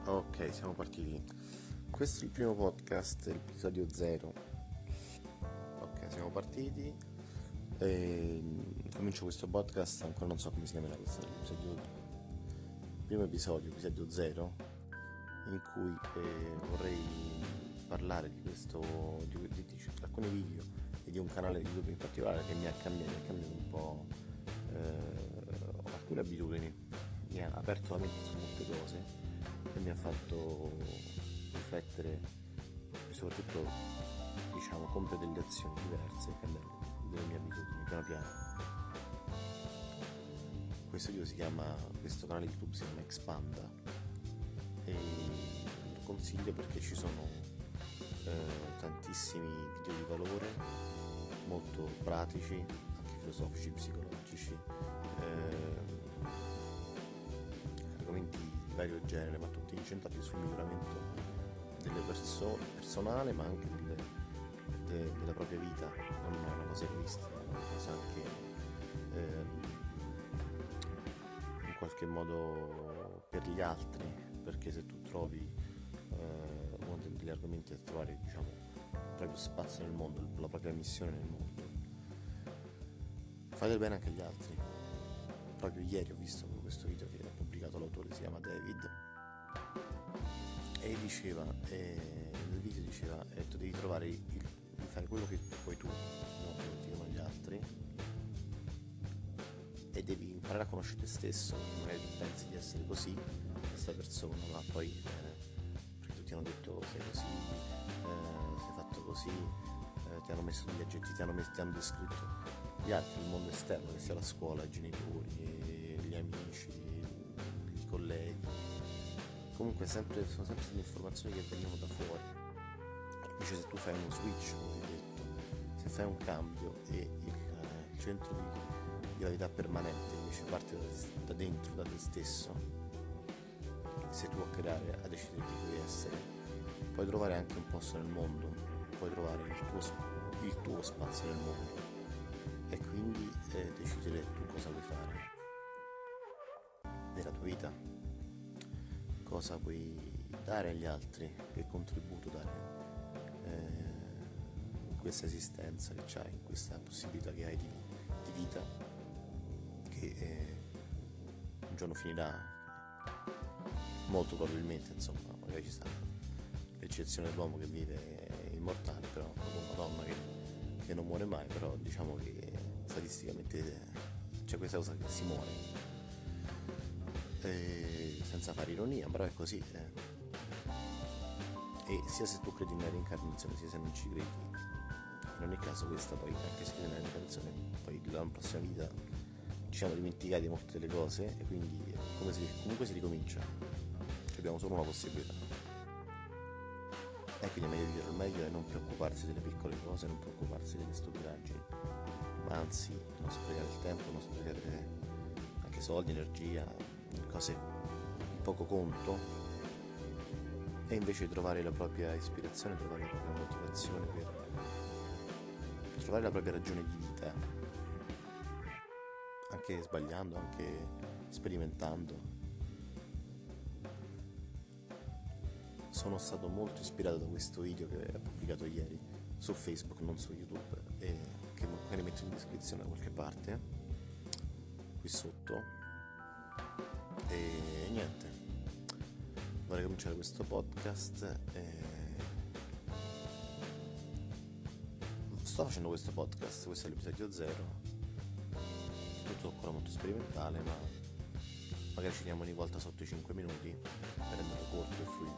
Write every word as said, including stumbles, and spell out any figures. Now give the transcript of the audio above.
Ok, siamo partiti. Questo è il primo podcast, l'episodio zero. Ok, siamo partiti. E comincio questo podcast, ancora non so come si chiamerà questo episodio. Primo episodio, episodio zero, in cui eh, vorrei parlare di questo, di, di, di alcuni video e di un canale di YouTube in particolare che mi ha cambiato, mi ha cambiato un po' eh, alcune abitudini, mi ha aperto la mente su molte cose e mi ha fatto riflettere e soprattutto, diciamo, compiere delle azioni diverse e cambiare delle mie abitudini piano piano. Questo video si chiama, questo canale YouTube si chiama Expanda e lo consiglio perché ci sono eh, tantissimi video di valore, molto pratici, anche filosofici, psicologici, eh, argomenti di vario genere, ma tutti incentrati sul miglioramento delle persone, personale, ma anche delle, de, della propria vita. Non è una cosa egoistica, è una cosa anche eh, in qualche modo per gli altri, perché se tu trovi eh, uno degli argomenti è trovare, diciamo, il proprio spazio nel mondo, la propria missione nel mondo, fai del bene anche agli altri. Proprio ieri ho visto questo video che ha pubblicato l'autore, si chiama David, e diceva, eh, nel video diceva, eh, tu devi trovare il, di fare quello che puoi tu, non quello che ti dicono gli altri, e devi imparare a conoscere te stesso. Magari tu pensi di essere così, questa persona, ma poi eh, perché tutti hanno detto sei così, eh, sei fatto così, eh, ti hanno messo degli aggettivi, ti hanno, messo, ti hanno descritto gli altri, il mondo esterno, che sia la scuola, i genitori, gli amici, i colleghi. Comunque sempre, sono sempre delle informazioni che vengono da fuori. Invece se tu fai uno switch, come detto, se fai un cambio e il, eh, il centro di, di gravità permanente invece parte da, da dentro, da te stesso, sei tu a creare, a decidere chi devi essere, puoi trovare anche un posto nel mondo, puoi trovare il tuo, il tuo spazio nel mondo e quindi eh, decidere tu cosa vuoi fare della tua vita, cosa puoi dare agli altri, che contributo dare eh, in questa esistenza che c'hai, in questa possibilità che hai di, di vita che eh, un giorno finirà, molto probabilmente, insomma, magari ci sta l'eccezione dell'uomo che vive immortale, però una donna che, che non muore mai, però diciamo che statisticamente c'è questa cosa che si muore, e senza fare ironia, però è così eh. E sia se tu credi nella reincarnazione sia se non ci credi, in ogni caso questa poi, anche se credi nella reincarnazione, poi la prossima vita ci siamo dimenticati molte delle cose e quindi come si, comunque si ricomincia, cioè abbiamo solo una possibilità e quindi è meglio vivere al meglio e non preoccuparsi delle piccole cose, non preoccuparsi delle stupidaggini, ma anzi non sprecare il tempo, non sprecare anche soldi, energia, cose di poco conto, e invece trovare la propria ispirazione, trovare la propria motivazione per trovare la propria ragione di vita, anche sbagliando, anche sperimentando. Sono stato molto ispirato da questo video che ho pubblicato ieri su Facebook, non su YouTube, e che magari metto in descrizione da qualche parte qui sotto. E niente, vorrei cominciare questo podcast e sto facendo questo podcast, questo è l'episodio zero, tutto ancora molto sperimentale, ma magari ci teniamo ogni volta sotto i cinque minuti per renderlo corto e fluido.